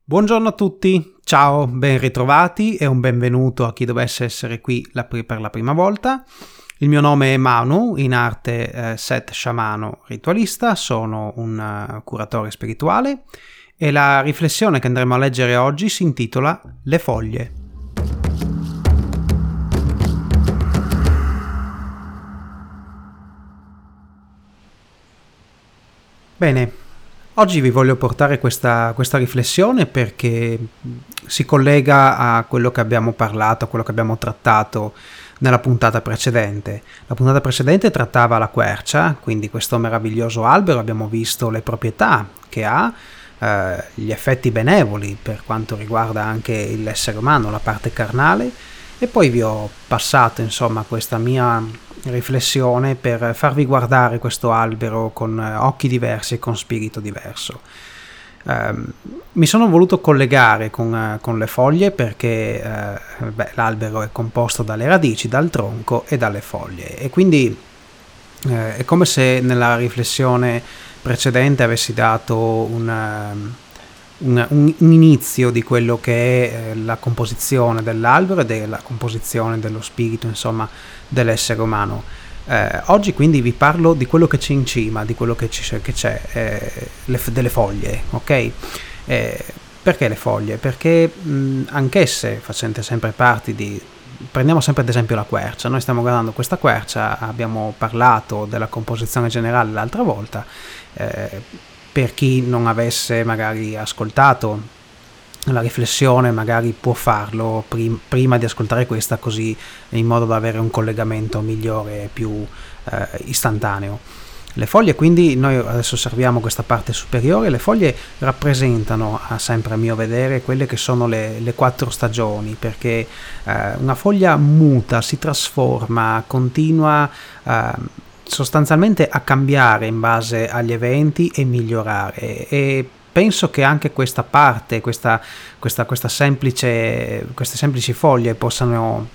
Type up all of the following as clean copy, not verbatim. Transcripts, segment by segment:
Buongiorno a tutti, ciao, ben ritrovati e un benvenuto a chi dovesse essere qui per la prima volta. Il mio nome è Manu, in arte Set Sciamano Ritualista, sono un curatore spirituale e la riflessione che andremo a leggere oggi si intitola Le foglie. Bene. Oggi vi voglio portare questa riflessione perché si collega a quello che abbiamo parlato, a quello che abbiamo trattato nella puntata precedente. La puntata precedente trattava la quercia, quindi questo meraviglioso albero, abbiamo visto le proprietà che ha, gli effetti benevoli per quanto riguarda anche l'essere umano, la parte carnale, e poi vi ho passato insomma questa mia riflessione per farvi guardare questo albero con occhi diversi e con spirito diverso. Mi sono voluto collegare con le foglie perché l'albero è composto dalle radici, dal tronco e dalle foglie, e quindi è come se nella riflessione precedente avessi dato un inizio di quello che è la composizione dell'albero e della composizione dello spirito, insomma, dell'essere umano. Oggi quindi vi parlo di quello che c'è in cima, di quello che c'è, delle foglie, ok? Perché le foglie? Perché anch'esse, facendo sempre parte di... Prendiamo sempre ad esempio la quercia. Noi stiamo guardando questa quercia, abbiamo parlato della composizione generale l'altra volta. Per chi non avesse magari ascoltato la riflessione, magari può farlo prima di ascoltare questa, così in modo da avere un collegamento migliore e più istantaneo. Le foglie, quindi, noi adesso osserviamo questa parte superiore. Le foglie rappresentano, sempre a mio vedere, quelle che sono le 4 stagioni, perché una foglia muta, si trasforma, continua sostanzialmente a cambiare in base agli eventi e migliorare, e penso che anche questa parte, queste semplici foglie possano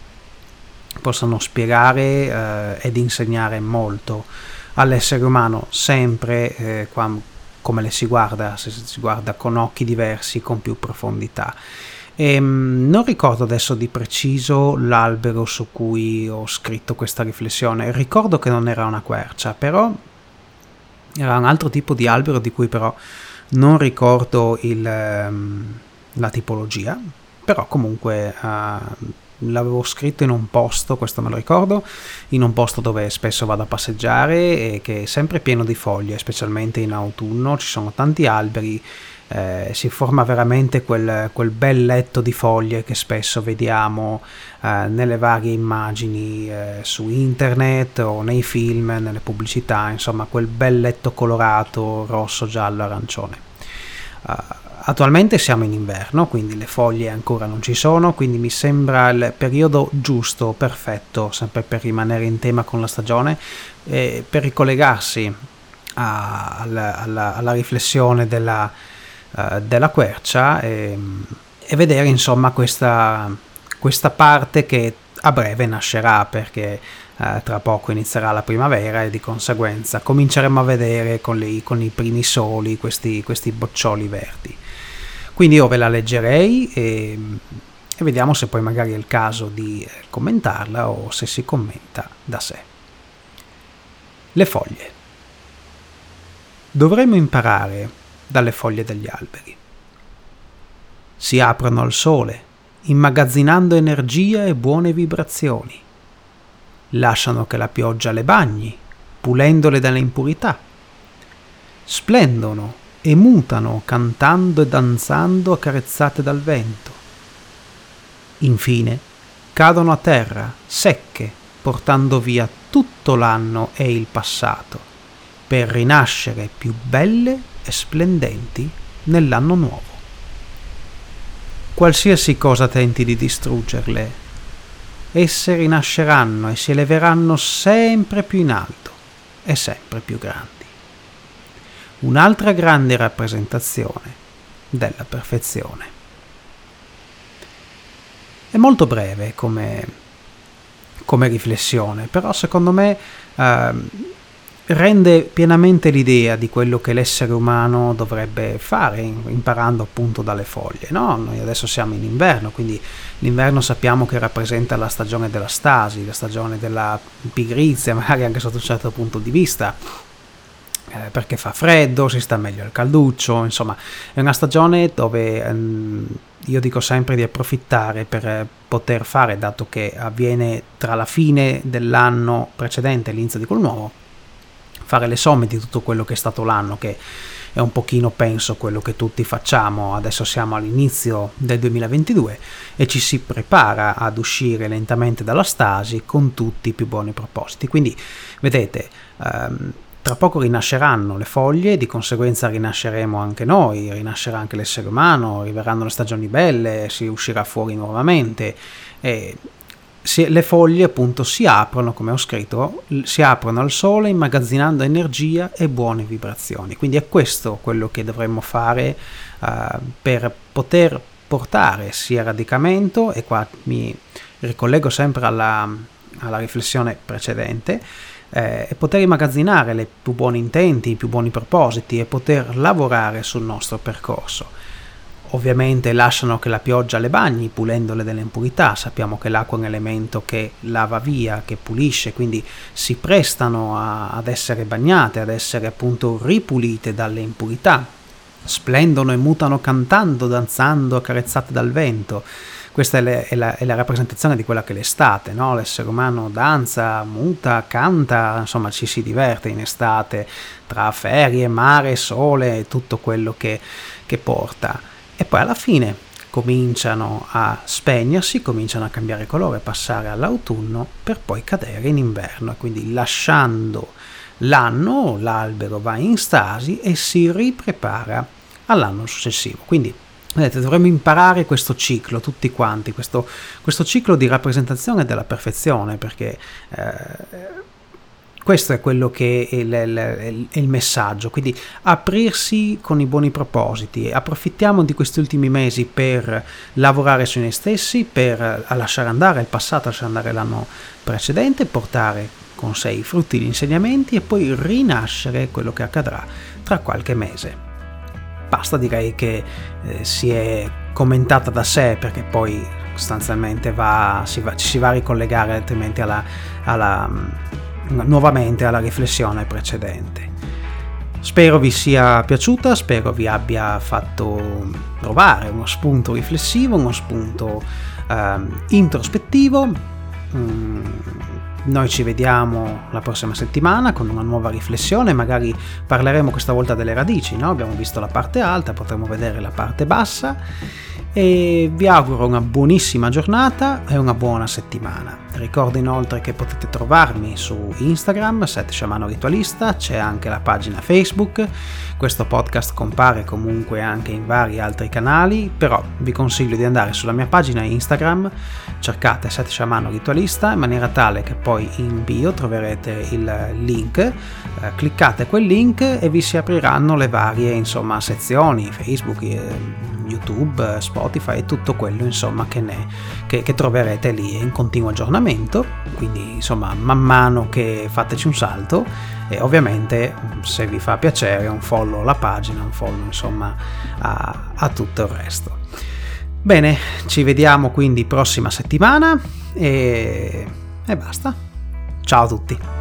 spiegare ed insegnare molto all'essere umano, sempre come le si guarda, se si guarda con occhi diversi, con più profondità. Non ricordo adesso di preciso l'albero su cui ho scritto questa riflessione. Ricordo che non era una quercia, però era un altro tipo di albero di cui però non ricordo la tipologia, però comunque l'avevo scritto in un posto, questo me lo ricordo, in un posto dove spesso vado a passeggiare e che è sempre pieno di foglie, specialmente in autunno. Ci sono tanti alberi, si forma veramente quel bel letto di foglie che spesso vediamo nelle varie immagini su internet o nei film, nelle pubblicità, insomma quel bel letto colorato rosso, giallo, arancione. Attualmente siamo in inverno, quindi le foglie ancora non ci sono, quindi mi sembra il periodo giusto, perfetto, sempre per rimanere in tema con la stagione, per ricollegarsi alla riflessione della quercia e vedere insomma questa parte che a breve nascerà, perché tra poco inizierà la primavera e di conseguenza cominceremo a vedere con i primi soli questi boccioli verdi. Quindi io ve la leggerei e vediamo se poi magari è il caso di commentarla o se si commenta da sé. Le foglie. Dovremmo imparare dalle foglie degli alberi. Si aprono al sole, immagazzinando energia e buone vibrazioni. Lasciano che la pioggia le bagni, pulendole dalle impurità. Splendono e mutano cantando e danzando accarezzate dal vento. Infine cadono a terra, secche, portando via tutto l'anno e il passato, per rinascere più belle e splendenti nell'anno nuovo. Qualsiasi cosa tenti di distruggerle, esse rinasceranno e si eleveranno sempre più in alto e sempre più grandi. Un'altra grande rappresentazione della perfezione. È molto breve come riflessione, però secondo me rende pienamente l'idea di quello che l'essere umano dovrebbe fare, imparando appunto dalle foglie, no? Noi adesso siamo in inverno, quindi l'inverno sappiamo che rappresenta la stagione della stasi, la stagione della pigrizia, magari anche sotto un certo punto di vista, perché fa freddo, si sta meglio al calduccio, insomma è una stagione dove io dico sempre di approfittare per poter fare, dato che avviene tra la fine dell'anno precedente e l'inizio di quello nuovo, fare le somme di tutto quello che è stato l'anno, che è un pochino, penso, quello che tutti facciamo. Adesso siamo all'inizio del 2022 e ci si prepara ad uscire lentamente dalla stasi con tutti i più buoni propositi. Quindi vedete, tra poco rinasceranno le foglie, di conseguenza rinasceremo anche noi, rinascerà anche l'essere umano, arriveranno le stagioni belle, si uscirà fuori nuovamente e le foglie appunto si aprono, come ho scritto, si aprono al sole immagazzinando energia e buone vibrazioni. Quindi è questo quello che dovremmo fare per poter portare sia radicamento, e qua mi ricollego sempre alla riflessione precedente, e poter immagazzinare i più buoni intenti, i più buoni propositi e poter lavorare sul nostro percorso. Ovviamente lasciano che la pioggia le bagni, pulendole delle impurità. Sappiamo che l'acqua è un elemento che lava via, che pulisce, quindi si prestano ad essere bagnate, ad essere appunto ripulite dalle impurità. Splendono e mutano cantando, danzando, accarezzate dal vento. Questa è la rappresentazione di quella che è l'estate, no? L'essere umano danza, muta, canta, insomma ci si diverte in estate, tra ferie, mare, sole, tutto quello che porta. E poi alla fine cominciano a spegnersi, cominciano a cambiare colore, passare all'autunno per poi cadere in inverno, e quindi lasciando l'anno, l'albero va in stasi e si riprepara all'anno successivo. Quindi vedete, dovremmo imparare questo ciclo tutti quanti, questo ciclo di rappresentazione della perfezione, perché questo è quello che è il messaggio. Quindi aprirsi con i buoni propositi. Approfittiamo di questi ultimi mesi per lavorare su noi stessi, per lasciare andare il passato, lasciare andare l'anno precedente, portare con sé i frutti, gli insegnamenti e poi rinascere quello che accadrà tra qualche mese. Basta, direi che si è commentata da sé, perché poi sostanzialmente ci si va a ricollegare altrimenti nuovamente alla riflessione precedente. Spero vi sia piaciuta, spero vi abbia fatto trovare uno spunto riflessivo, uno spunto introspettivo. Noi ci vediamo la prossima settimana con una nuova riflessione, magari parleremo questa volta delle radici, no? Abbiamo visto la parte alta, potremo vedere la parte bassa, e vi auguro una buonissima giornata e una buona settimana. Ricordo inoltre che potete trovarmi su Instagram, Shamano Ritualista, c'è anche la pagina Facebook. Questo podcast compare comunque anche in vari altri canali, però vi consiglio di andare sulla mia pagina Instagram, cercate Shamano Ritualista, in maniera tale che poi in bio troverete il link, cliccate quel link e vi si apriranno le varie sezioni, Facebook, YouTube, Spotify e tutto quello che troverete lì in continuo aggiornamento. Quindi man mano che fateci un salto, e ovviamente se vi fa piacere un follow alla pagina, un follow a tutto il resto. Bene, ci vediamo quindi prossima settimana e basta. Ciao a tutti.